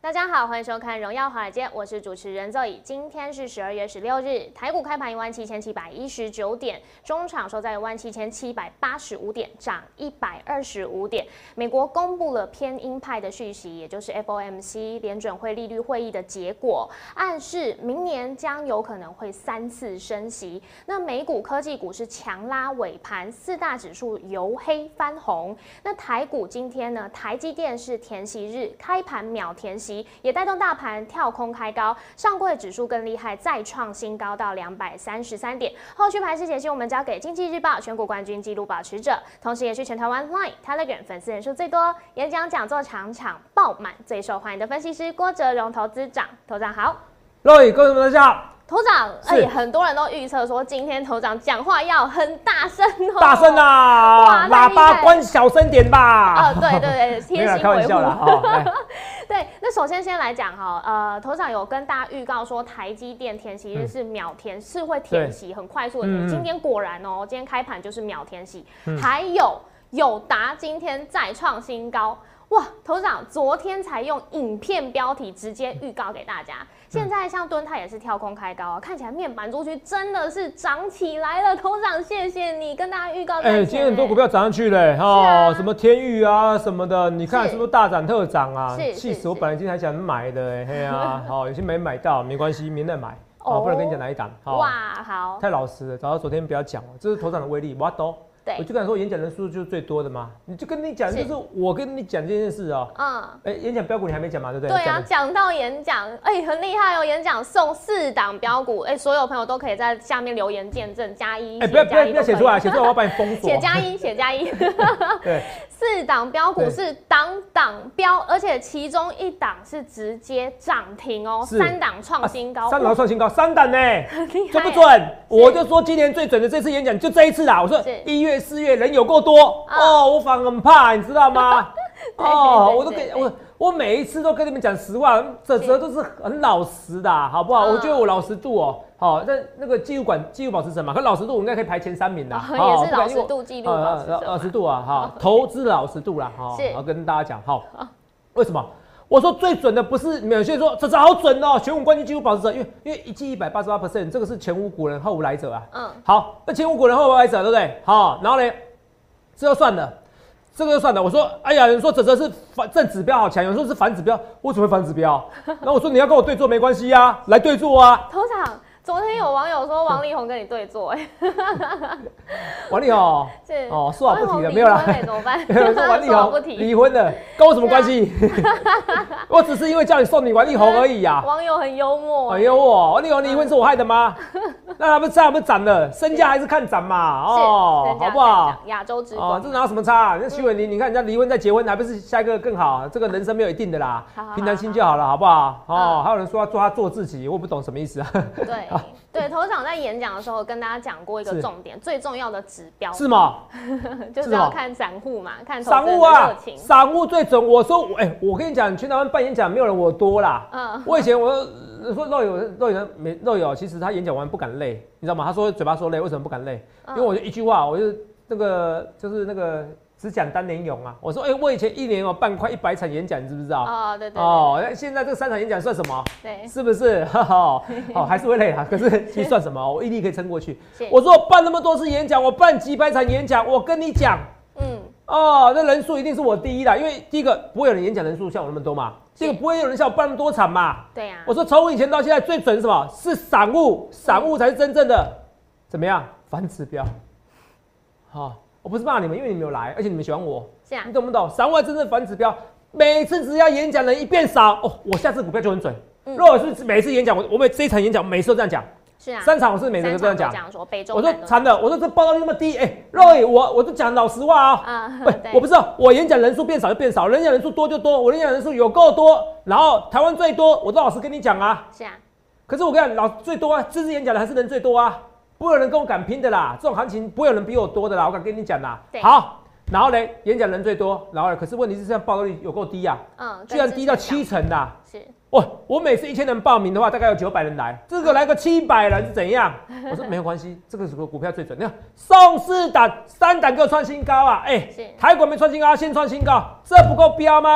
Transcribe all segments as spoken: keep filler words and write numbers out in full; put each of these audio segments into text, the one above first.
大家好，欢迎收看《荣耀华尔街》，我是主持人 Zoe。今天是十二月十六日，台股开盘一万七千七百一十九点，中场收在一万七千七百八十五点，涨一百二十五点。美国公布了偏鹰派的讯息，也就是 F O M C 联准会利率会议的结果，暗示明年将有可能会三次升息。那美股科技股是强拉尾盘，四大指数由黑翻红。那台股今天呢，台积电是填息日，开盘秒填息。也带动大盘跳空开高，上柜指数更厉害，再创新高到两百三十三点。后续盘势解析我们交给经济日报选股冠军纪录保持者，同时也是全台湾 Line、Telegram 粉丝人数最多、演讲讲座场场爆满、最受欢迎的分析师郭哲荣投资长。头长好， 各位各位大家好。 头长，哎、欸，很多人都预测说今天头长讲话要很大声哦， 大声啊，喇叭关小声点吧。 哦，对对对，贴心开玩笑啦。哦、 对，那首先先来讲哈，呃，头长有跟大家预告说台积电填息日是秒填，嗯、是会填息，很快速的填。嗯、今天果然哦，今天开盘就是秒填息，嗯、还有友达今天再创新高。哇，头长昨天才用影片标题直接预告给大家，现在像敦泰也是跳空开高啊，看起来面板族群真的是涨起来了。头长，谢谢你跟大家预告。哎、 欸，今天很多股票涨上去嘞，哦，啊、什么天钰啊什么的，你看是不是大涨特涨啊？气死我！本来今天还想买的、欸，嘿啊，好，有些没买到，没关系，明天买。哦，不能跟你讲哪一档。 哇，好， 太老实了，早到昨天不要讲了，这是头长的威力，我都。我就跟你说，演讲人数就是最多的嘛，你就跟你讲，就是我跟你讲这件事哦、喔。嗯。哎、欸，演讲标股你还没讲嘛，对不对？ 对啊，讲到演讲，哎、欸，很厉害哦，演讲送四档标股，哎、欸，所有朋友都可以在下面留言见证加一。哎、 欸，不要不要不要写出来，写出来我要把你封锁。 写加一，写加一。 对。 四档标股是档档标，而且其中一档是直接涨停哦，三档创新高， 啊、三档创新高，三档呢，准不准？我就说今年最准的这次演讲就这一次啦。我说一月、四月人有够多、啊、哦，我反而很怕，你知道吗？哦，我都跟我我每一次都跟你们讲实话，这这都是很老实的、啊，好不好？嗯、我觉得我老实度哦、喔，好，在那个纪录管纪录保持者嘛，可老实度我应该可以排前三名的、 哦，也是老实度纪录保持者， 老实度啊，哈，投资老实度啦，哈，我跟大家讲，好，为什么？我说最准的不是有些人说这这好准哦、喔，选股冠军纪录保持者，因为因为一季一百八十八 percent， 这个是前无古人后无来者啊。嗯，好，那前无古人后无来者，对不对？好，然后呢，这就算了。这个就算了，我说，哎呀，有人说这这是反正指标好强，有人说是反指标，为什么会反指标？然后我说你要跟我对做没关系啊，来对做啊。 头长，昨天有网友说王力宏跟你对做、欸，哎， 王力宏是哦，说好不提了，没有啦， 怎么办？ 有人说王力宏离婚了，跟我什么关系？我只是因为叫你送你王力宏而已呀、啊。 网友很幽默、欸， 很幽默。王力宏离婚是我害的吗？那他们差不涨了，身价还是看涨嘛，哦，好不好？ 亚洲之光， 哦，这哪有什么差？那徐伟宁，你看人家离婚再结婚，还不是下一个更好？这个人生没有一定的啦，平常心就好了，好不好？哦，还有人说要做他做自己，我不懂什么意思啊？ 对对，头长在演讲的时候跟大家讲过一个重点，最重要的指标是吗？ 就是要看散户嘛，看散户啊，散户最准。我说，哎、欸，我跟你讲，全台湾办演讲没有人我多啦。嗯，我以前我说肉友肉友没肉友，其实他演讲完不敢累，你知道吗？他说嘴巴说累，为什么不敢累？因为我就一句话，我就那个就是那个只讲单年勇啊。我说，哎、欸，我以前一年哦办快一百场演讲，你知不知道？ 哦，对对。 哦，现在这三场演讲算什么？ 对， 是不是？好，好，还是会累啊。可是其实算什么？我毅力可以撑过去。我说我办那么多次演讲，我办几百场演讲，我跟你讲，嗯，哦，那人数一定是我第一啦，因为第一个不会有人演讲人数像我那么多嘛。这个不会有人像我办那么多场嘛？ 对呀、啊。 我说从以前到现在最准是什么？是散户，散户才是真正的怎么样反指标。好、哦，我不是骂你们，因为你们有来，而且你们喜欢我。 是啊。 你懂不懂？散户才真正反指标。每次只要演讲人一变少，哦，我下次股票就很准。嗯、如果是每次演讲，我我们这一场演讲每次都这样讲。 是啊。 三场我是每次都这样讲。 讲说北中我说惨了，我说这报道率那么低，哎、欸，肉眼我我就讲老实话啊、喔。啊。不，我不知道，我演讲人数变少就变少，人讲人数多就多，我演讲人数有够多，然后台湾最多，我都老实跟你讲啊。 是啊。 可是我跟你讲，老最多啊，这次演讲的还是人最多啊，不会有人跟我敢拼的啦，这种行情不会有人比我多的啦，我敢跟你讲啦。好。然后呢，演讲人最多，然后呢，可是问题是这样报道率有够低啊，嗯，居然低到七成的、啊。是，哇，我每次一千人报名的话，大概有九百人来，这个来个七百人是怎样？我说没有关系，这个是股票最准。你看送四档，三档给我创新高啊！哎、欸，台股没创新高，先创新高，这不够标吗？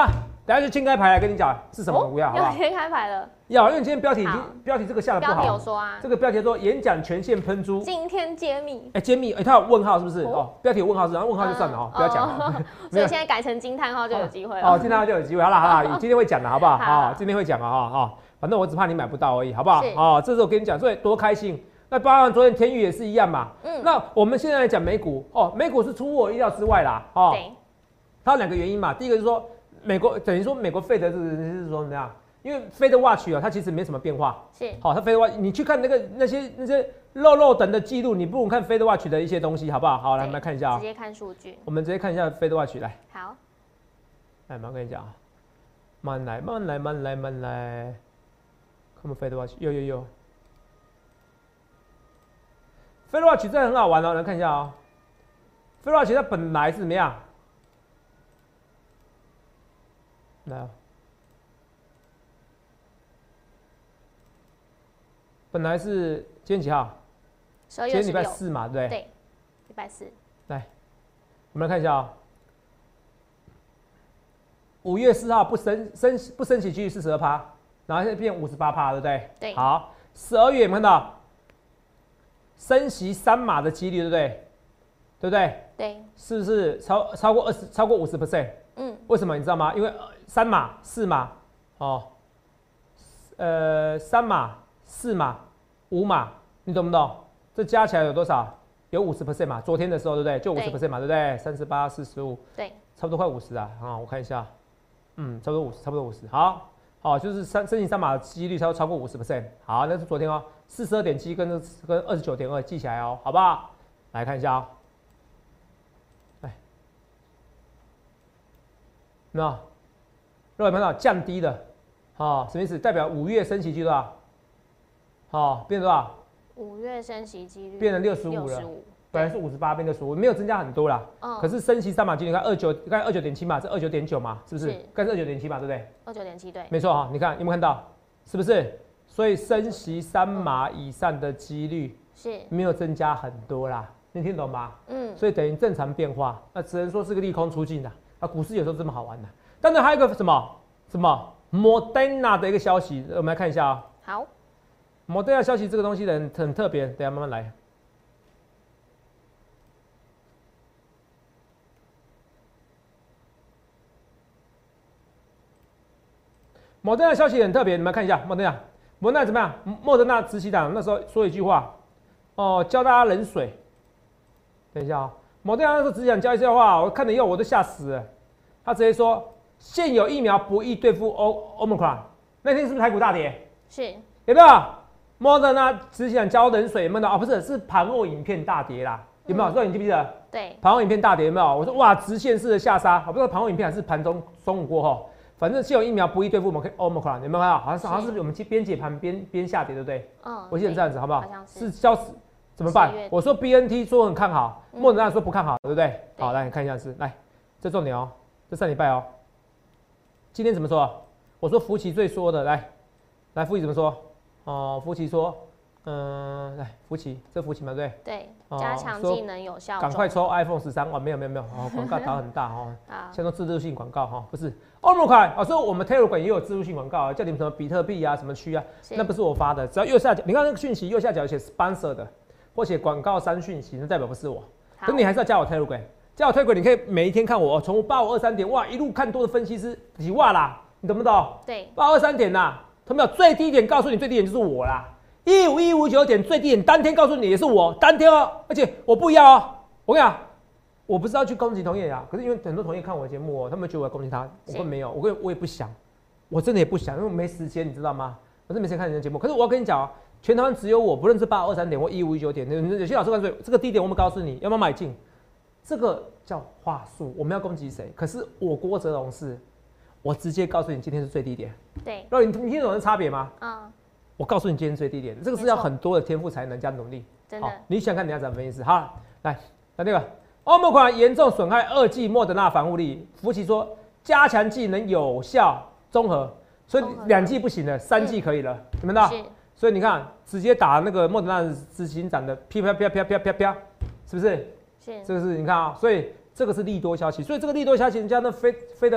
等下就先开牌来跟你讲是什么股票，好不好？ 要先开牌了。 要，因为今天标题已经标题这个下的不好。 标题有说啊， 这个标题说演讲全线喷出， 今天揭秘。 哎，揭秘，哎，它有问号是不是？哦，标题有问号是，然后问号就算了哦，不要讲了。 所以现在改成惊叹号就有机会了。 哦，惊叹号就有机会。好了好了，今天会讲的好不好？好，今天会讲的哈哈。反正我只怕你买不到而已，好不好？哦，这是我跟你讲，所以多开心。那包含昨天天宇也是一样嘛。嗯。那我们现在来讲美股哦，美股是出乎我意料之外啦。哦。对。它有两个原因嘛，第一个是说。美国等于说美国费的这个是说怎么样？因为费的 watch 啊，它其实没什么变化。是，好，它费的 watch， 你去看那个那些那些漏漏等的记录，你不如看费的 watch 的一些东西，好不好？好，来我们来看一下啊、喔。 直接看数据。我们直接看一下费的 watch 来。 好。 来，慢慢跟你讲啊，慢来慢来慢来慢来。看我费的 watch， 有有有。费的 watch 真的很好玩哦，来看一下啊、喔。费的 watch 它本来是怎么样？来、哦，本来是今天几号？ 十二月今天礼拜四嘛，对不对？ 对，礼拜四。 来，我们来看一下啊、哦。五月四号不升升不升息几率四十二趴，然后现在变五十八趴，对不对？ 对。 好，十二月有没有看到升息三码的几率，对不对？对不对？ 对。是不是超超过二十超过五十 percent？嗯。为什么你知道吗？因为三码、四码，哦，呃，三码、四码、五码，你懂不懂？这加起来有多少？有五十 percent 嘛？昨天的时候，对不对？就五十 percent 嘛，对不对？三十八、四十五， 对， 差不多快五十啊！啊，我看一下，嗯，差不多五十，差不多五十。好，好，就是三申请三码的几率超超过五十 percent。好，那是昨天哦，四十二点七跟跟二十九点二记起来哦，好不好？来看一下哦。那，各位看到降低的，哦，什么意思？代表五月升息几率多少？哦，变多少？ 五月升息几率变成六十五了，本来是五十八变六十五，没有增加很多啦。嗯。可是升息三码几率，看二九，看二九点七嘛，这二九点九嘛，是不是？刚是二九点七嘛，对不对？ 二九点七对。 没错哈，你看有没有看到？是不是？所以升息三码以上的几率是没有增加很多啦，你听懂吗？嗯。所以等于正常变化，那只能说是个利空出尽的。啊，股市有时候这么好玩的。当然还有一个什么什么 Moderna 的一个消息，我们来看一下啊、 喔。好 ，Moderna 消息这个东西很很特别，等一下慢慢来。Moderna 消息很特别，你们看一下 Moderna，Moderna 怎么样？莫德纳执行长那时候说一句话，哦，教大家冷水。等一下啊、喔。某地方那时候只想教一些话，我看了以后我都吓死了。他直接说，现有疫苗不易对付 Omicron。那天是不是台股大跌？ 是， 有没有？莫德纳只想浇冷水，有没有？啊，不是，是盘后影片大跌啦，有没有？所以、嗯、你记不记得？ 对， 盘后影片大跌有没有？我说哇，直线式的下杀，我不知道盘后影片还是盘中中午过后，反正现有疫苗不易对付 Omicron， 有没有看到？好像是好像是我们边解盘边边下跌，对不对？嗯，我记得这样子，好不好？好像是。是消死。怎么办？我说 B N T 说很看好，莫德纳说不看好，对不对？对好，来你看一下是，来，这重点哦，这上礼拜哦，今天怎么说？我说福奇最说的，来，来福奇怎么说？哦，福奇说，嗯、呃，来福奇，这福奇嘛，对对？对，加强技能有效， 赶快抽 iPhone 十三哦，没有没有没有，哦，广告打很大哦，像那自助性广告哈、哦，不是 Omicron， 哦，所以我们 Telegram 也有自助性广告，叫你们什么比特币啊，什么区啊，那不是我发的，只要右下角，你看那个讯息右下角有写 sponsor 的。或写广告删讯息，那代表不是我。可你还是要加我 Telegram， 加我 Telegram， 你可以每一天看我从八五二三点哇一路看多的分析师几哇啦，你懂不懂？ 对， 八五二三点呐，同没有最低点告诉你最低点就是我啦，一五一五九点最低点当天告诉你也是我，当天哦，而且我不一样哦，我跟你讲，我不是要去攻击同业呀，可是因为很多同业看我的节目哦，他们觉得我要攻击他，我根本没有，我跟我也不想，我真的也不想，因为我没时间，你知道吗？我真的没时间看你的节目，可是我要跟你讲哦。全台湾只有我，不论是八二三点或一五一九点，有些老师告诉你这个低点，我们告诉你要不要买进，这个叫话术。我们要攻击谁？可是我郭哲荣是，我直接告诉你今天是最低点。 对， 然后你你听懂的差别吗？ 嗯， 我告诉你今天最低点，这个是要很多的天赋才能加努力。 真的， 好，你想看人家怎么分析？好，来，来那个Omicron严重损害二剂莫德纳防护力，福奇说加强剂能有效综合，所以两剂不行了，三剂可以了，你们知道？所以你看，直接打那个莫德纳执行长的啪啪啪啪啪啪啪，是不是？是。这个是你看啊、喔，所以这个是利多消息，所以这个利多消息，人家那菲菲德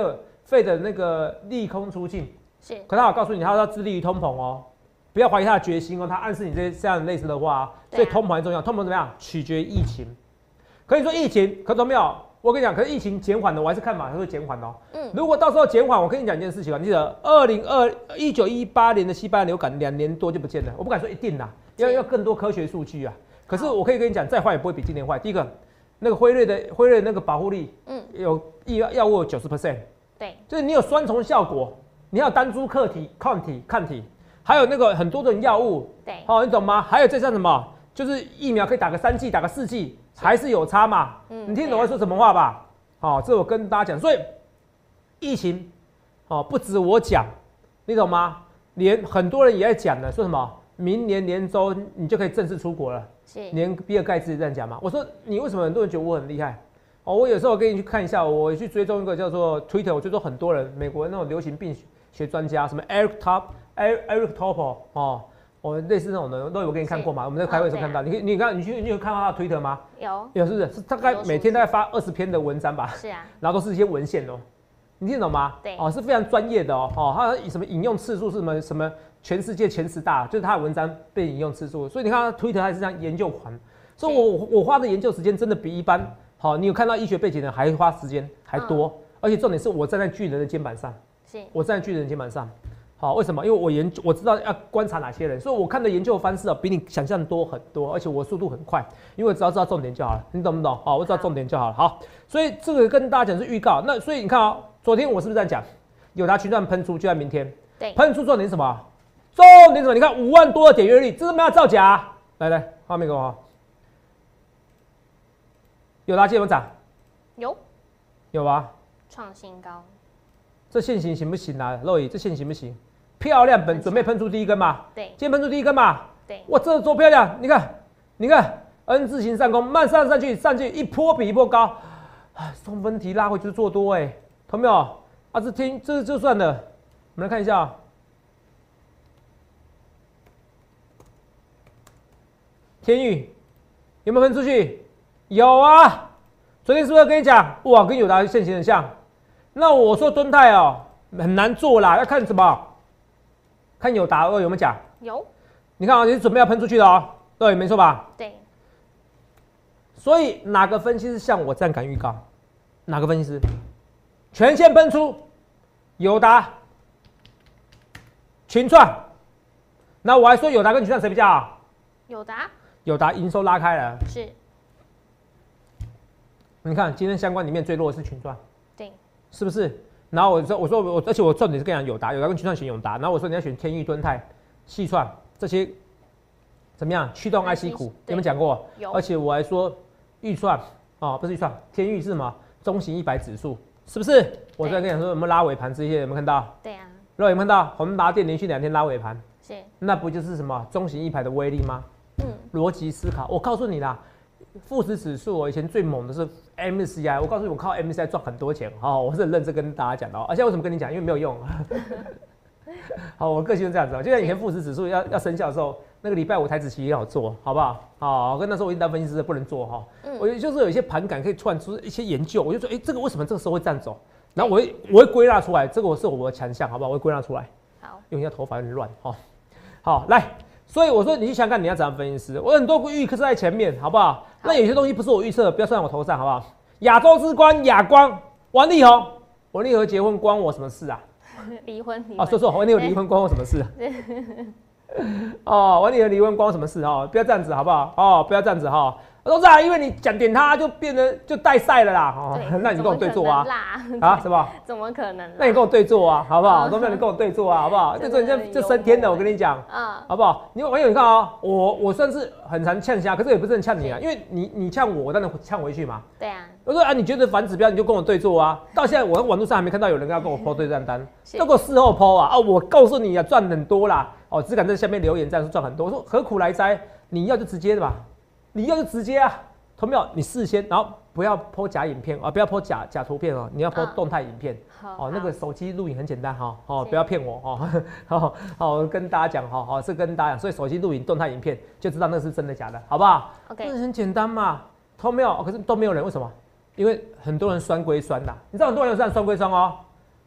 费的那个利空出尽， 是， 可他有告诉你，他要致力于通膨哦，不要怀疑他的决心哦，他暗示你这这样类似的话、啊，所以通膨很重要，通膨怎么样？取决于疫情。可以说疫情，可懂没有？我跟你讲，可是疫情减缓的，我还是看法它会减缓哦。嗯，如果到时候减缓，我跟你讲一件事情啊，你记得二零二一九一八年的西班牙流感两年多就不见了，我不敢说一定啦，要要更多科学数据啊。可是我可以跟你讲，再坏也不会比今年坏。第一个，那个辉瑞的辉瑞的那个保护力，嗯，有药药物有九十 percent， 对，就是你有双重效果，你要单株抗体、抗体、抗体，还有那个很多的药物，对，好、哦，你懂吗？还有这像什么？就是疫苗可以打个三剂，打个四剂。还是有差嘛？嗯，你听懂我说什么话吧？好、哦，这我跟大家讲，所以疫情，哦，不止我讲，你懂吗？连很多人也在讲呢，说什么明年年中你就可以正式出国了。是，连比尔盖茨也这样讲嘛。我说你为什么很多人觉得我很厉害？哦，我有时候我给你去看一下，我去追踪一个叫做 Twitter， 我追踪很多人，美国那种流行病学专家，什么 Eric Top、Eric Topol 哦。我类似那种的，都有给你看过嘛？我们在开会的时候看到，你你看你去你有看到他的推特吗？有有是不是？是大概每天大概发二十篇的文章吧？是啊，然后都是一些文献哦，你听懂吗？对，哦是非常专业的哦，哦他什么引用次数是什么什么全世界前十大，就是他的文章被引用次数，所以你看他推特还是这样研究狂，所以我我花的研究时间真的比一般好，你有看到医学背景的还花时间还多，嗯、而且重点是我站在巨人的肩膀上，是我站在巨人的肩膀上。好，为什么？因为我研究，我知道要观察哪些人，所以我看的研究方式啊，比你想象多很多，而且我速度很快，因为我只要知道重点就好了，你懂不懂？好，我知道重点就好了。好，所以这个跟大家讲是预告。那所以你看啊、哦，昨天我是不是在讲友达群创喷出就在明天？对，喷出重点是什么？重点什么？你看五万多的点阅率，这是没有造假。来来，画面给我。友达今天有涨？有，有吧？创新高。这线型行不行啊？肉姨，这线行不行？漂亮，本准备喷出第一根嘛？对，今天喷出第一根嘛？对，哇，这多漂亮！你看，你看 ，N 字形上攻，慢上上去，上去一波比一波高，啊，送分题拉回就是做多哎、欸，懂没有？啊，这听这就算了，我们来看一下、啊，天宇有没有喷出去？有啊，昨天是不是跟你讲，哇，跟友达线型很像？那我说敦泰哦，很难做啦，要看什么？看友达二有没有讲？有。你看啊，你是准备要喷出去的哦，对，没错吧？对。所以哪个分析师像我这样敢预告？哪个分析师？全线喷出，友达、群创。那我还说友达跟群创谁比较好？友达。友达营收拉开了。是。你看今天相关里面最弱的是群创。对。是不是？然后我说我说我，而且我重点是跟你讲友达，友达跟群创选友达，然后我说你要选天钰、敦泰、细创这些怎么样？驱动 I C 股有没有讲过？有。而且我还说预创哦，不是预创，天钰是什么？中型一百指数，是不是？我在跟你讲说有没有拉尾盘这些有没有看到？对啊。如果有没有看到宏达电连续两天拉尾盘？是。那不就是什么中型一百的威力吗？嗯。逻辑思考，我告诉你啦。富时指数，我以前最猛的是 M S C I， 我告诉你，我靠 M S C I 赚很多钱，好，我是很认真跟大家讲的哦。而且为什么跟你讲？因为没有用。好，我个性是这样子，就像以前富时指数要要生效的时候，那个礼拜五台指期也好做，好不好？好，跟那时候我已经当分析师不能做哈。嗯。我就是有一些盘感可以突然出一些研究，我就说，哎、欸，这个为什么这个时候会这样走？然后我会我会归纳出来，这个我是我的强项，好不好？我会归纳出来。好。因为现在头发有点乱哈。好，来。所以我说，你去想看你要怎样分析师。我很多预测在前面，好不好？那有些东西不是我预测的，不要算在我头上，好不好？亚洲之光亚光，王力宏，王力宏结婚关我什么事啊？离婚。哦，说错，王力宏离婚关我什么事、啊？哦，王力宏离婚关我什么事哦？不要这样子，好不好？哦，不要这样子哈。我说是啊，因为你讲点他就变成就带赛了啦，哦，那你跟我对坐啊？啊，什么？怎么可能？那你跟我对坐啊，好不好？都没有人跟我对坐啊，好不好？对坐你这就升天了，我跟你讲，啊，好不好？你网友你看啊、哦，我我算是很常呛虾，可是也不是很呛你啊，因为你你呛我，我当然呛回去嘛。对啊。我说啊，你觉得反指标你就跟我对坐啊？到现在我网络上还没看到有人要跟我 po 对账单，都给我事后 po 啊！啊，我告诉你啊，赚很多啦，哦，只敢在下面留言这样说赚很多。我说何苦来哉？你要就直接的吧，你要就直接啊。同没有？你事先，然后不要 po 假影片啊，不要 po 假假图片哦，你要 po 动态影片。哦，那个手机录影很简单哈，哦，不要骗我哦。好，好，跟大家讲哈，好，是跟大家讲，所以手机录影动态影片就知道那是真的假的，好不好 ？OK， 这很简单嘛。同没有？可是都没有人，为什么？因为很多人酸归酸啦，你知道很多人有这样酸归酸哦。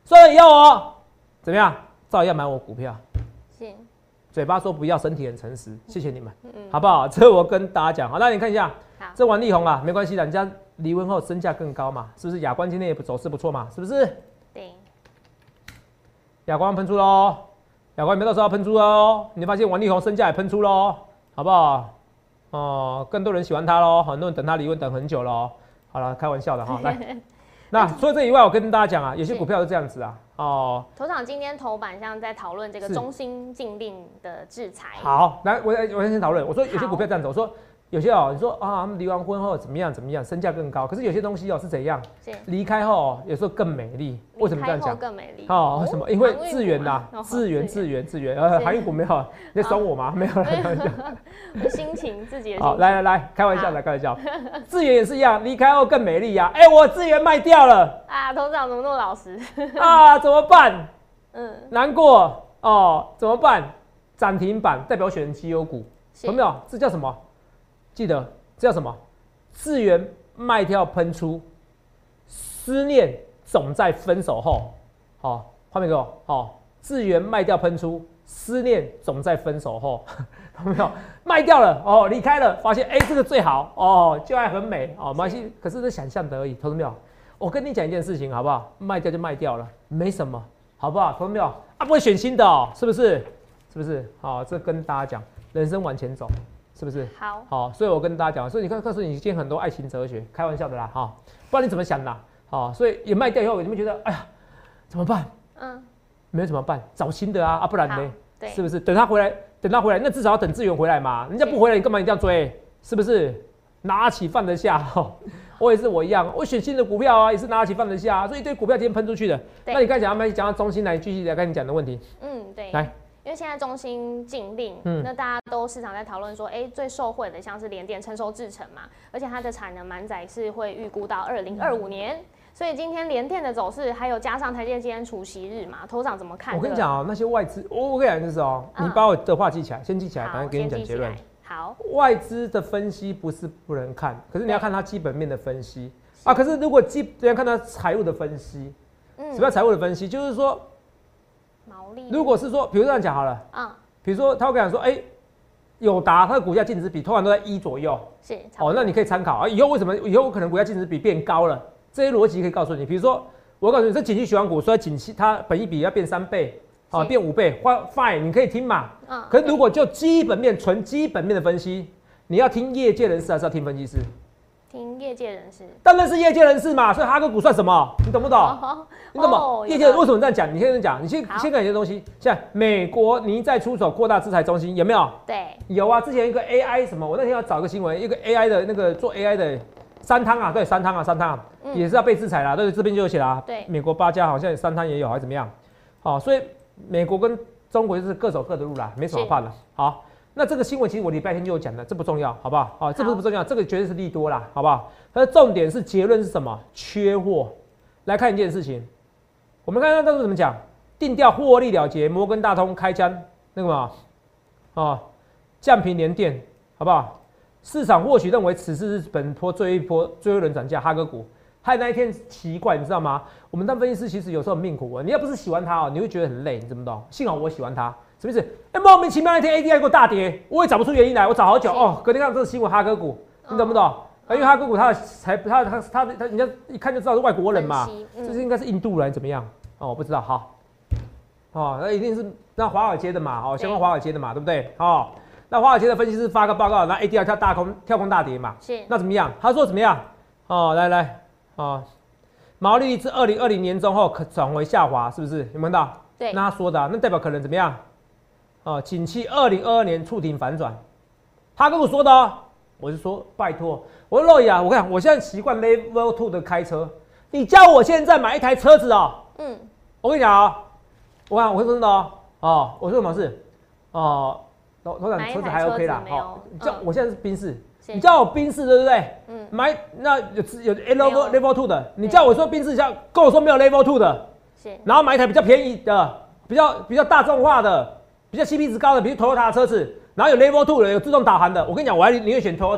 说了以后哦，怎么样？照样买我股票。 行。 嘴巴说不要，身体很诚实，谢谢你们，嗯、好不好？这我跟大家讲。好，那你看一下，这王力宏啊，没关系的，人家离婚后身价更高嘛，是不是？亚光今天也走势不错嘛，是不是？ 对。 亚光喷出喽，亚光没到时候要喷出喽，你发现王力宏身价也喷出喽，好不好？哦，更多人喜欢他喽，很多人等他离婚等很久喽。好了，开玩笑的哈，来。那除了这以外，我跟大家讲啊，有些股票是这样子啊，哦。 头场今天头版像在讨论这个中兴禁令的制裁。 好，来，我我先讨论。我说有些股票这样子，我说有些哦，你说啊，他们离完婚后怎么样怎么样，身价更高。可是有些东西哦是怎样？离开后有时候更美丽。为什么这样讲？ 更美丽。 哦，为什么？因为资源呐，资源资源资源。呃，航运股没有，你在酸我吗？没有，开玩笑。 心情自己的。 好，来来来，开玩笑来开玩笑。资源也是一样，离开后更美丽呀。哎，我资源卖掉了。 啊，头长怎么那么老实？ 啊，怎么办？嗯，难过哦，怎么办？涨停板代表选绩优股，有没有？这叫什么？记得这叫什么？资源卖掉喷出，思念总在分手后。好、哦，画面给我。好、哦，资源卖掉喷出，思念总在分手后。有没有？卖掉了哦，离开了，发现哎、欸，这个最好哦，就爱很美哦，没关系。可是是想象的而已，投资没有？我跟你讲一件事情好不好？卖掉就卖掉了，没什么，好不好？投资没有？啊，不会选新的哦，是不是？是不是？好、哦，这跟大家讲，人生往前走。是不是？ 好， 好，所以我跟大家讲，所以你看，告诉你今天很多爱情哲学，开玩笑的啦，哈，不然你怎么想啦？好，所以也卖掉以后，你们觉得，哎呀，怎么办？嗯，没有怎么办？找新的啊，啊，不然呢？对，是不是？等他回来，等他回来，那至少要等资源回来嘛。人家不回来，你干嘛一定要追？是不是？拿起放得下，我也是我一样，我选新的股票啊，也是拿起放得下，所以一堆股票今天喷出去的。那你刚才讲，没讲到中心来，继续来跟你讲的问题。 嗯，对， 来。 因为现在中兴禁令，嗯、那大家都市场在讨论说，哎、欸，最受惠的像是联电成熟制程嘛，而且它的产能满载是会预估到二零二五年，所以今天联电的走势，还有加上台积电今天除息日嘛，头长怎么看、這個？ 我跟你讲哦、喔，那些外资，我我跟你讲就是哦、喔，嗯、你把我的话记起来，先记起来，等下给你讲结论。 好， 外资的分析不是不能看，可是你要看它基本面的分析啊。可是如果基你要看它财务的分析，嗯，什么叫财务的分析？就是说。 毛利如果是说，比如这样讲好了，嗯，比如说他会跟你讲说，哎、欸，友达它的股价净值比通常都在一左右， 是， 哦，那你可以参考啊。以后为什么以后可能股价净值比变高了？这些逻辑可以告诉你。比如说，我告诉你，这景气循环股，所以景气它本益比要变三倍，啊，变五倍 ，fine， 你可以听嘛。嗯。可是如果就基本面纯基本面的分析，你要听业界人士还是要听分析师？ 听业界人士， 当然是业界人士嘛，所以哈哥股算什么？你懂不懂？哦、你懂吗？哦、业界为什么这样讲？你先讲，你先先看一些东西。像美国拟在出手扩大制裁中心，有没有？ 对， 有啊。之前一个 A I 什么，我那天要找个新闻，一个 A I 的那个做 A I 的三汤啊，对，三汤啊，三汤、啊嗯、也是要被制裁啦。对，这边就有写啦。对，美国八家好像三汤也有，还是怎么样？好、哦，所以美国跟中国就是各走各的路啦，没什么怕的。好。那这个新闻其实我礼拜天就有讲的，这不重要，好不好？好，这不是不重要，这个绝对是利多啦，好不好？它的重点是结论是什么？缺货。来看一件事情，我们看看当初怎么讲，定调获利了结，摩根大通开枪那个嘛，啊，降频联电，好不好？市场或许认为此次是本波最后一波最后一轮涨价，哈哥股。还有那一天奇怪，你知道吗？我们当分析师其实有时候很命苦啊，你要不是喜欢他哦，你会觉得很累，你知不知道？幸好我喜欢他。什么意思？哎、欸，莫名其妙那天 A D I 给我大跌，我也找不出原因来，我找好久哦。隔天看这个新闻，哈哥股，你懂不懂？嗯、因为哈哥股它的才他他他他人家一看就知道是外国人嘛，嗯、这是应该是印度人怎么样？哦，我不知道，好，哦，那一定是那华尔街的嘛，哦，相关华尔街的嘛，对不对？哦，那华尔街的分析师发个报告，那 A D I 跳大空跳空大跌嘛，是，那怎么样？他说怎么样？哦，来来，哦，毛利率自二零二零年中后可转为下滑，是不是？有没有看到？对，那他说的、啊，那代表可能怎么样？哦，景气二零二二年触顶反转，他跟我说的哦，我就说拜托，我说肉眼啊，我看我现在习惯 Level Two 的开车，你叫我现在买一台车子哦，嗯，我跟你讲啊、哦，我看我说真的哦，哦，我说什么事？哦，头头讲车子还 OK 啦，好、哦，叫、嗯、我现在是宾士，你叫我宾士对不对？嗯，买那有有 Level Level Two 的，你叫我说宾士，叫跟我说没有 Level Two 的，是，然后买一台比较便宜的，比较比较大众化的。比较 C P 值高的，比如 Toyota 的车子，然后有 Level Two 的，有自动导航的。我跟你讲，我还宁愿选 Toyota，、嗯、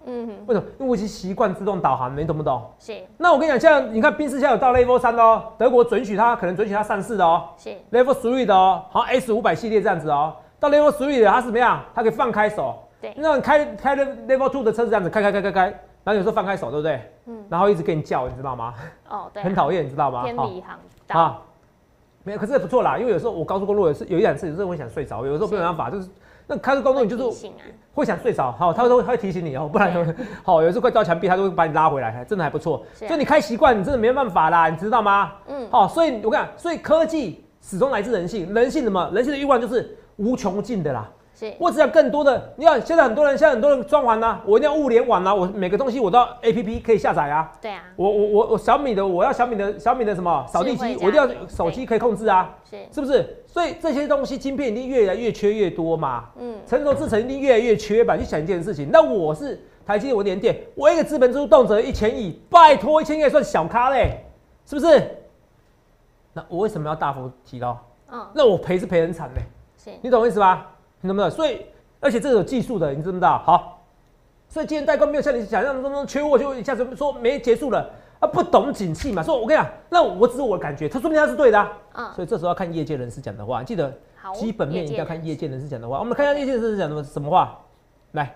嗯哼， 为什么？因为我已经习惯自动导航了，你懂不懂？ 是。 那我跟你讲，像你看宾士现在有到 Level 三哦，德国准许它可能准许它上市的哦， 是 Level three 的哦，好像 S 五百系列这样子哦，到 Level three 的它是怎么样？它可以放开手， 对， 那你开开的 Level two 的车子这样子开开开开开，然后有时候放开手，对不对？嗯，然后一直跟你叫，你知道吗？ 哦，对、啊， 很讨厌，你知道吗？ 偏离航道啊，没有，可是也不错啦，因为有时候我高速公路也是有一两次，有时候会想睡着，有的时候没有办法，就是那开高速公路你就是会想睡着，好，他都会提醒你哦，不然好，有时候快到墙壁，他都会把你拉回来，真的还不错。所以你开习惯，你真的没办法啦，你知道吗？嗯，好，所以我跟你讲，所以科技始终来自人性，人性什么？人性的欲望就是无穷尽的啦。我只要更多的，你看现在很多人，现在很多人装潢啊，我一定要物联网啊，我每个东西我都要 A P P 可以下载啊。 对啊。 我我我我小米的，我要小米的小米的什么扫地机，我一定要手机可以控制啊。是。是不是？所以这些东西晶片一定越来越缺越多嘛。嗯。成熟制程一定越来越缺吧？去想一件事情，那我是台积电，我联电，我一个资本支出动辄一千亿，拜托一千亿也算小咖嘞，是不是？那我为什么要大幅提高？嗯。那我赔是赔很惨嘞。是。你懂我意思吧？你懂不懂？所以，而且这个有技术的，你知不知道？好，所以今天代工没有像你想象中缺货，就一下子说没结束了啊，不懂景气嘛。所以我跟你讲，那我只是我的感觉，他说不定他是对的、啊。嗯。所以这时候要看业界人士讲的话，记得基本面一定要看业界人士讲的话。我们看一下业界人士讲的什么话。来，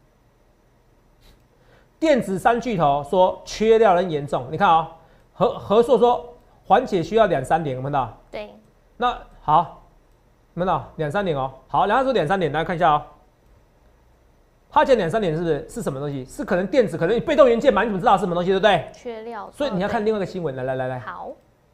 电子三巨头说缺料很严重，你看啊、哦，和和硕说缓解需要两三年，有没有看到？ 对。 那好。有没有两三点哦？好，然后说两三点，大家看一下哦。他讲两三点是不是是什么东西？是可能电子，可能你被动元件嘛？你怎么知道是什么东西，对不对？ 缺料。 所以你要看另外一个新闻，来来来来。 好。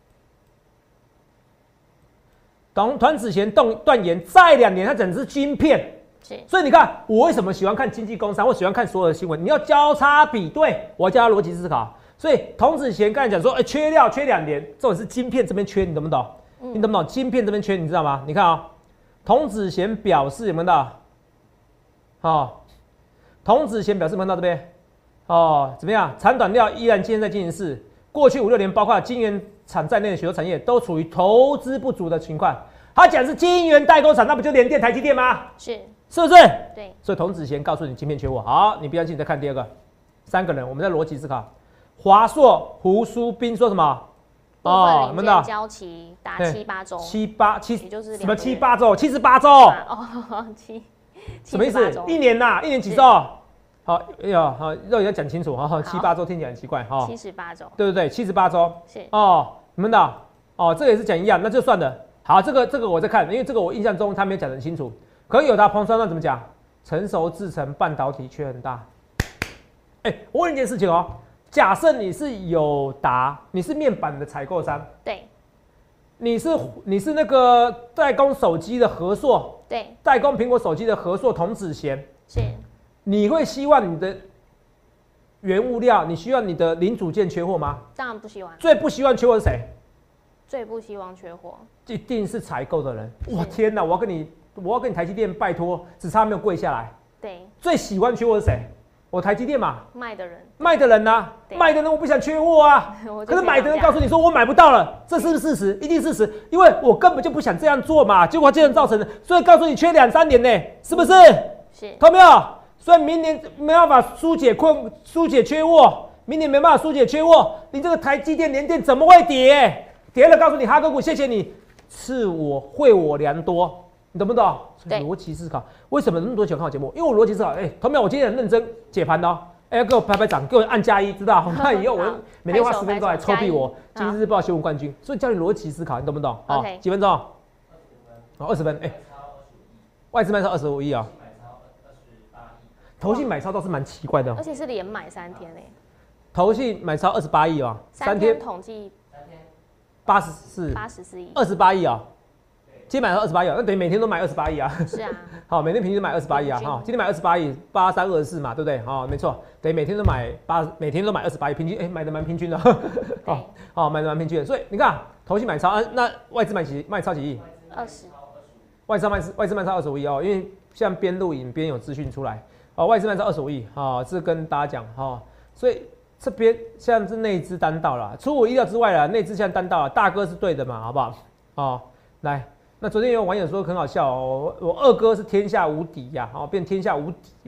董团子贤动断言，再两年它整是晶片。是。所以你看，我为什么喜欢看经济工商，或喜欢看所有的新闻？你要交叉比对，我要教他逻辑思考。所以童子贤刚才讲说，哎、欸，缺料缺两年，这种是晶片这边缺，你懂不懂？你懂不懂？晶片这边缺，你知道吗？你看啊、哦，童子贤表示有没有到？哦，童子贤表示有没有到这边？哦，怎么样？长短料依然今天在进行式。过去五六年，包括晶圆厂在内的许多产业都处于投资不足的情况。他讲是晶圆代工厂，那不就联电、台积电吗？ 是， 是不是？ 对。所以童子贤告诉你晶片缺货。好，你不要紧，再看第二个，三个人，我们在逻辑思考。华硕、胡书斌说什么？ 哦，零件交期达七八周， 七八七， 也就是什么七八周？七十八周哦，七什么意思？一年呐、啊，一年几周？好，哎呀，好，肉也要讲清楚哈，七八周听起来很奇怪哈。 七十八周， 对不对？七十八周是哦，你们的哦，这个也是讲一样，那就算了。好，这个这个我在看，因为这个我印象中他没有讲得很清楚。可有的彭酸那怎么讲？成熟制程半导体缺很大。哎、欸，我问一件事情哦。假设你是友达，你是面板的采购商， 对， 你是你是那个代工手机的和硕， 对， 代工苹果手机的和硕童子贤， 是， 你会希望你的原物料，你需要你的零组件缺货吗？ 当然不希望。 最不希望缺货是谁？ 最不希望缺货， 一定是采购的人。哇天哪！我要跟你，我要跟你台积电拜托，只差没有跪下来。 对， 最喜欢缺货是谁？我台积电嘛， 卖的人， 卖的人呐、啊，卖的人我不想缺货啊，可是买的人告诉你说我买不到了，这是不是事实？一定事实，因为我根本就不想这样做嘛，结果这样造成的，所以告诉你缺两三年呢，是不是？ 是， 看到没有？所以明年没办法疏解困，疏解缺货，明年没办法疏解缺货，你这个台积电、联电怎么会跌？跌了，告诉你哈哥股，谢谢你赐我惠我良多。你懂不懂？逻辑思考，为什么那么多人喜欢看我节目？因为我逻辑思考。哎、欸，同学们，我今天很认真解盘的哦。哎、欸，给我拍拍掌，给我按加一，知道？那以后我每天花十分钟来抽逼我今日日报新闻冠军，所以教你逻辑思考，你懂不懂？好， okay. 几分钟？好，二十分。哎、欸，外资卖超二十五亿啊。投信买超倒是蛮奇怪的、哦， 而且是连买三天嘞。 投信买超二十八亿啊， 三天统计八十四， 八十四亿， 二十八亿啊。今天买到二十八亿，那等于每天都买二十八亿啊。 是啊。好， 每天平均买二十八亿啊。哈，今天买二十八亿，八三二十四嘛，对不对？好，没错，等于每天都买八，每天都买二十八亿，平均哎、欸、买的蛮平均的。好，好买的蛮平均的，所以你看，投信买超，啊、那外资买几卖超几亿？ 二十。外资卖外资卖超二十五亿哦，因为像边录影边有资讯出来，哦，外资卖超二十五亿，好，这跟大家讲哈，所以这边像是内资单到了，出乎我意料之外了，内资现在单到了，大哥是对的嘛，好不好？哦，来。那昨天有网友说很好笑哦，我我二哥是天下无敌呀，哦变天下无敌呀，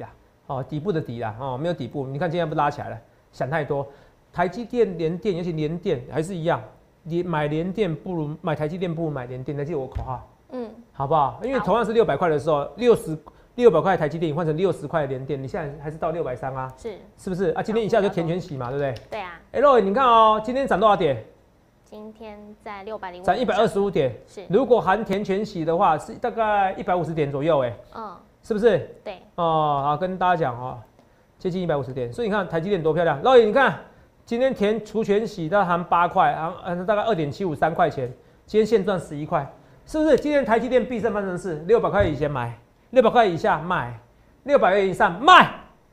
哦，底部的底啦，哦，没有底部。你看今天不拉起来了，想太多。台积电、联电，尤其联电还是一样，你买联电不如买台积电，不如买联电。来记得我口号，嗯，好不好？因为同样是六百块的时候，六十六百块台积电，你换成六十块的联电，你现在还是到六百三啊，是是不是啊？今天一下就填全息嘛，对不对？ 对啊。 哎，肉，你看哦，今天涨多少点？ 今天在六百零五， 涨一百二十五点。 是， 如果含填全息的话，是大概一百五十点左右，哎，嗯。是不是？ 对哦，好，跟大家讲哦，接近一百五十点，所以你看台积电多漂亮。老李，你看今天填除权息，它含八块，含大概二点七五三块钱，今天现赚十一块，是不是？今天台积电必胜方程式，六百块以前买，六百块以下卖，六百元以上卖，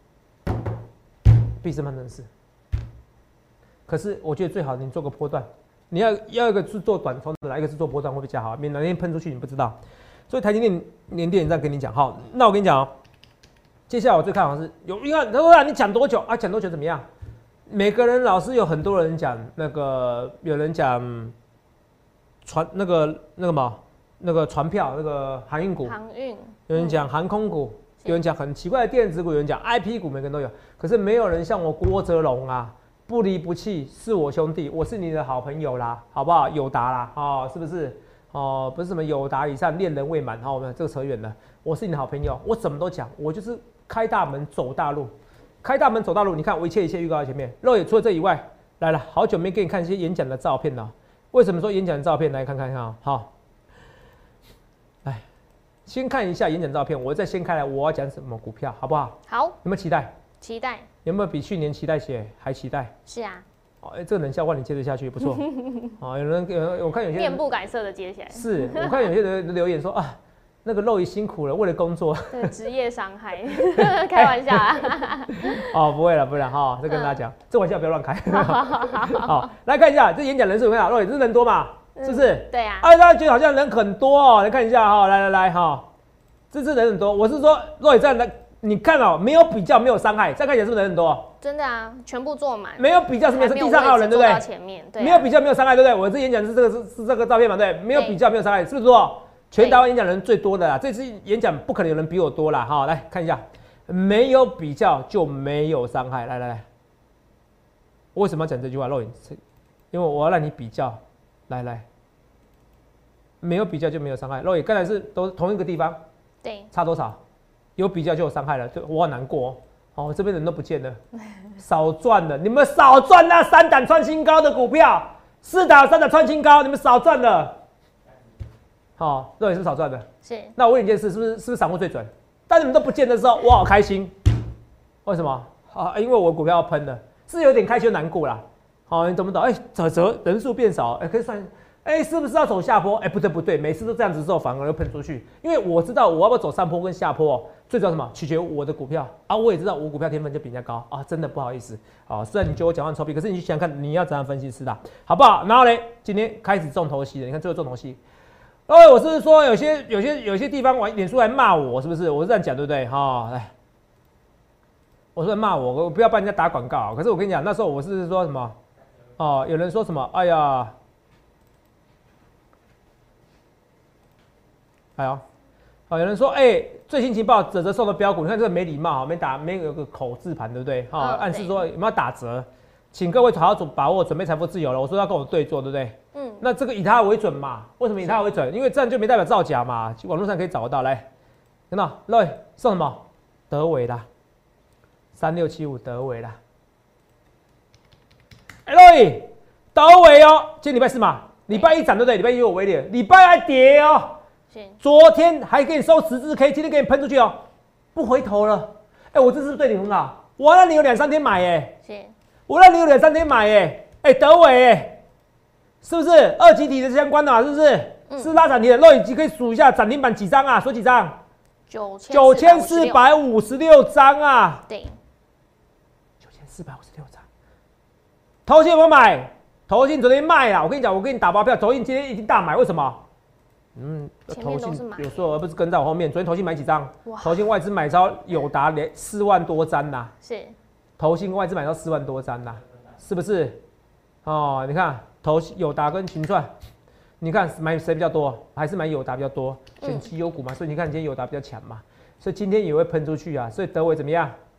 必胜方程式。可是我觉得最好你做个波段，你要要一个是做短冲的，哪一个是做波段会比较好？免哪天喷出去你不知道。所以台积电、联电这样跟你讲，好，那我跟你讲哦，接下来我最看好是有，你看他说你讲多久啊？讲多久怎么样？每个人老师有很多人讲那个，有人讲船那个那个嘛，那个船票那个航运股， 航运， 有人讲航空股，有人讲很奇怪的电子股，有人讲 I P 股，每个人都有。可是没有人像我郭哲龙啊，不离不弃，是我兄弟，我是你的好朋友啦，好不好？友达啦，哦，是不是？哦，不是什么友达以上恋人未满，好，我们这个扯远了。我是你的好朋友，我什么都讲，我就是开大门走大路，开大门走大路。你看我一切一切预告在前面。肉眼除了这以外，来了，好久没给你看一些演讲的照片了。为什么说演讲的照片？来看看看啊，好，来先看一下演讲照片，我再先开来我要讲什么股票，好不好？ 好， 有没有期待？ 期待。有没有比去年期待写还期待？ 是啊。 哎、欸，这个冷笑话你接得下去不错。哦，有人有我看有些人面不改色的接起来。 是我看有些人留言说啊，那个肉姨辛苦了，为了工作。 对，职业伤害，开玩笑啊。 哦，不会了，不会了哈，再跟大家讲，这玩笑不要乱开。好，来看一下这演讲人数，有没有？肉姨这人多嘛？是不是？ 对啊。 啊，大家觉得好像人很多哦，来看一下哈，来来来哈，这次人很多。我是说肉姨这样的。你看哦，没有比较，没有伤害，再看起来是不是人很多？ 真的啊，全部坐满。 没有比较是没有，是地上还有人，对不对？ 前面，对、啊。 没有比较，没有伤害，对不对？我这演讲是这个是是这个照片嘛，对？没有比较，没有伤害，是不是多？全台湾演讲人最多的啦，这次演讲不可能有人比我多啦，哈，来看一下，没有比较就没有伤害，来来来，我为什么要讲这句话？肉眼，因为我要让你比较，来来，没有比较就没有伤害。肉眼刚才是都同一个地方， 对， 差多少？有比较就有伤害了，就我好难过哦。哦，这边人都不见了，少赚了，你们少赚那三档创新高的股票，四档三档创新高，你们少赚了。好、哦，肉眼是少赚的。 是。那我问你一件事，是不是是不是散户最准？当你们都不见的时候，我好开心。为什么？啊，因为我股票要喷了，是有点开心又难过啦。好、哦，你懂不懂？哎、欸，泽泽人数变少，哎、欸，可以算。哎、欸，是不是要走下坡？哎、欸，不对不对，每次都这样子之后，反而又喷出去。因为我知道我要不要走上坡跟下坡、哦，最主要什么？取决于我的股票啊。我也知道我股票天分就比人家高啊，真的不好意思啊。虽然你觉得我讲话臭屁，可是你去想想看，你要怎样分析师的，好不好？然后嘞，今天开始重头戏了，你看这个重头戏。哦，我是说有些有些有些地方玩脸书来骂我，是不是？我是这样讲，对不对？哈、哦，来，我说骂我，我不要帮人家打广告。可是我跟你讲，那时候我是说什么？哦，有人说什么？哎呀。哎呦，好，有人说，哎、欸，最新情报折折送的标股，你看这个没礼貌，没打，没有个口字盘，对不对？哈、哦，暗示说有没有打折，请各位好好把握，准备财富自由了。我说要跟我对做，对不对？嗯，那这个以他为准嘛？为什么以他为准？因为这样就没代表造假嘛，网络上可以找得到。来，看到 Roy 送什么？德伟啦，三六七五德伟啦。哎 ，Roy， 德伟哦，今天礼拜四嘛，礼拜一涨对不对？礼拜一有威廉，礼拜二跌哦。昨天还给你收十字 K， 今天给你喷出去哦，不回头了。哎、欸，我这是不是对你很好？我让你有两三天买哎、欸，是，我让你有两三天买哎、欸，哎、欸，德伟哎、欸，是不是二级体的相关的、啊？是不是？嗯、是拉涨停的，肉眼可以数一下涨停板几张啊？数几张？九千四百五十六张啊！对，九千四百五十六张。投信有没有买？投信昨天卖了，我跟你讲，我给你打包票，投信今天已经大买，为什么？嗯，投信有时候而不是跟在我后面。昨天投信买几张？投信外资买超友达连四万多张呐、啊。是，投信外资买超四万多张呐、啊，是不是？哦，你看投友达跟群创，你看买谁比较多？还是买友达比较多？选绩优股嘛，所以你看今天友达比较强嘛，所以今天也会喷出去啊。所以德伟怎么样？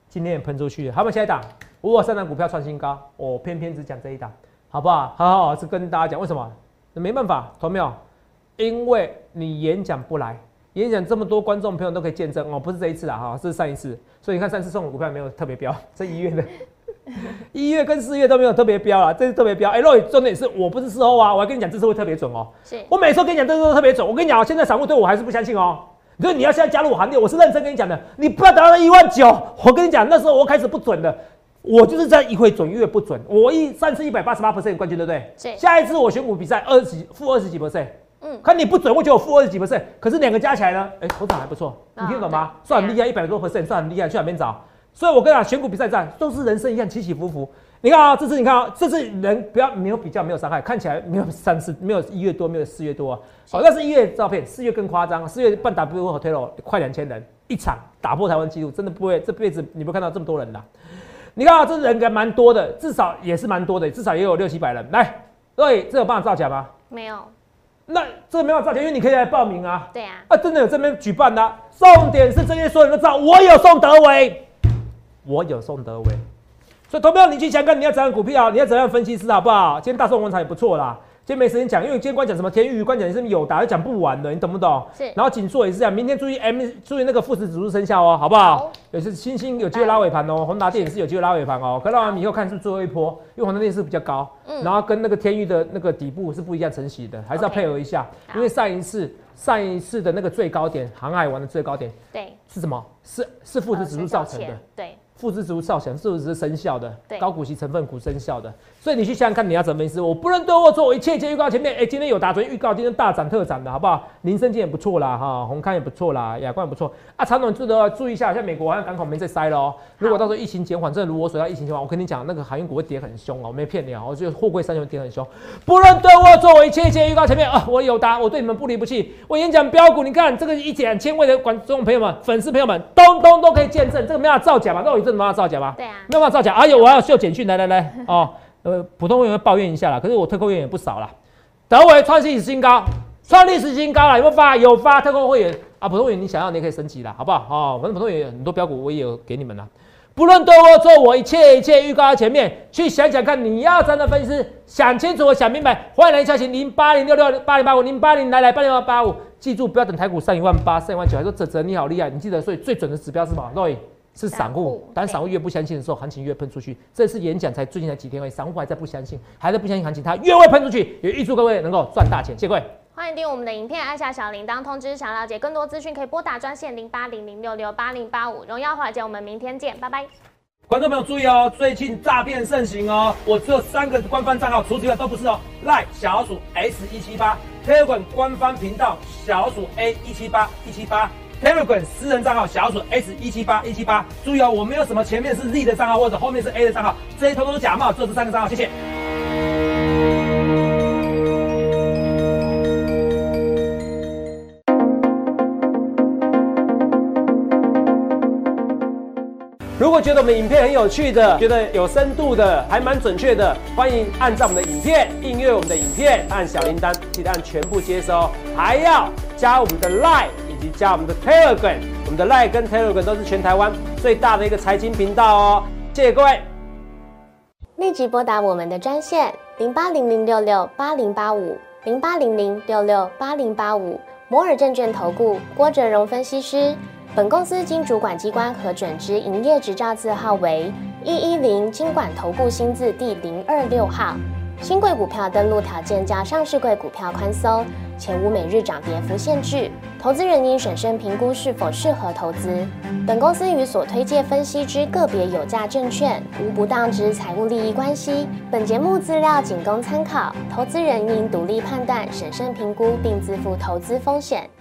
今天也喷出去了。他们下一档，如果三档股票创新高，我偏偏只讲这一档，好不好？好好好，是跟大家讲为什么？没办法，同没有？因为你演讲不来，演讲这么多观众朋友都可以见证哦，不是这一次啦哈，是上一次。所以你看上次送的股票没有特别标，这一月的。一月跟四月都没有特别标啦，这是特别标。哎、欸，若重点是我不是事后啊，我还跟你讲这次会特别准哦、喔。是，我每次都跟你讲这次都特别准。我跟你讲，现在散户对我还是不相信哦、喔。你说你要现在加入我行列，我是认真跟你讲的。你不要达到一万九，我跟你讲，那时候我开始不准的。我就是在一会准一会不准。我一上次一百八十八 percent 冠军，对不对？是。下一次我选股比赛二十负二十几 percent， 嗯，看你不准，我觉得我负二十几 percent， 可是两个加起来呢，哎、欸，头场还不错，你听懂吗？算很厉害，一百多 percent 算很厉害，去哪边找？所以我跟你讲，选股比赛战都是人生一样起起伏伏。你看啊、喔，这次你看啊、喔，这次人不要没有比较，没有伤害，看起来没有三次，没有一月多，没有四月多啊。好，那是一月照片，四月更夸张，四月办 W Hotel 快两千人一场，打破台湾纪录，真的不会，这辈子你不会看到这么多人的。你看啊、喔，这人还蛮多的，至少也是蛮多的，至少也有六七百人。来，各位，这有办法造假吗？ 没有。 那这个没办法造假，因为你可以来报名啊。 对啊。 啊，真的有这边举办的、啊，重点是这些所有人都知道，我有宋德维，我有宋德维。所以投票你去想看你要怎样股票，你要怎样分析师好不好？今天大宋文采也不错啦，今天没时间讲，因为今天光讲什么天宇，光讲什么友达，讲不完的，你懂不懂？是。然后锦硕也是这样，明天注意 M， 注意那个富时指数生效哦，好不好？好。也是星星有机会拉尾盘哦，宏达电也是有机会拉尾盘哦。可拉完以后看是最后一波，因为宏达电是比较高，嗯，然后跟那个天宇的那个底部是不一样承袭的，还是要配合一下， okay. 因为上一次上一次的那个最高点，航海王的最高点，对，是什么？是是富时指数造成的，呃、对。富时指数造成是不是生效的？高股息成分股生效的，所以你去想想看你要怎么分析。我不能对我做，我一切皆预告前面。哎、欸，今天有打昨天预告，今天大涨特涨的好不好？林森今天也不错啦，哈，宏康也不错啦，亚光也不错啊。长短注的注意一下，像美国好像港口没再塞了哦。如果到时候疫情减缓，真的如我所料，疫情减缓，我跟你讲，那个航运股会跌很凶哦，我没骗你啊，我觉得货柜三雄会跌很凶。不论对我做，我一切皆预告前面啊，我有答，我对你们不离不弃。我演讲标股，你看这个一两千位的观众朋友们、粉丝朋友们，通通都可以见证，这个没办法造假吧？那我有这没办法造假吧？对。没有办法造假，哎呦，我要秀简讯，来来来，哦，呃，普通会员会抱怨一下啦，可是我特购会员也不少啦。德维创历史新高，创历史新高啦，有没有发？有发特购会员啊，普通会员你想要你也可以升级啦，好不好？哦，反正普通会员很多标股我也有给你们啦。不论对我做，我一切一切预告在前面，去想想看，你要真的分析，想清楚，想明白，欢迎来敲醒零八零六六八零八五零八零来来八零八五，记住不要等台股上一万八、上一万九，还说哲哲你好厉害，你记得，所以最准的指标是什么？对。是散户，当散户越不相信的时候，行情越喷出去。这次演讲才最近才几天而已，散户还在不相信，还在不相信行情，它越会喷出去。也预祝各位能够赚大钱，谢谢各位。 欢迎订阅我们的影片，按下小铃铛通知。想了解更多资讯，可以拨打专线零八零零六六八零八五。荣耀华尔街，我们明天见，拜拜。 观众朋友注意哦，最近诈骗盛行哦，我只有三个官方账号，除此之外都不是哦。赖小鼠 S 一七八 ，Telegram 官方频道小鼠 A 一七八一七八。Telegram 私人账号小鼠 S 一七八一七八，注意哦，我没有什么前面是 Z 的账号或者后面是 A 的账号，这些通通是假冒，只有这三个账号，谢谢。如果觉得我们的影片很有趣的，觉得有深度的，还蛮准确的，欢迎按照我们的影片，订阅我们的影片，按小铃铛，记得按全部接收，还要加我们的 Line。以及加我们的 Telegram， 我们的 Line 跟 Telegram 都是全台湾最大的一个财经频道哦，谢谢各位。 立即拨打我们的专线零八零零六六八零八五零八零零六六八零八五摩尔证券投顾郭哲荣分析师。本公司经主管机关核准之营业执照字号为一一零金管投顾新字第零二六号。新贵股票登录条件较上市贵股票宽松，且无每日涨跌幅限制。投资人应审慎评估是否适合投资。本公司与所推介分析之个别有价证券无不当之财务利益关系。本节目资料仅供参考，投资人应独立判断、审慎评估，并自负投资风险。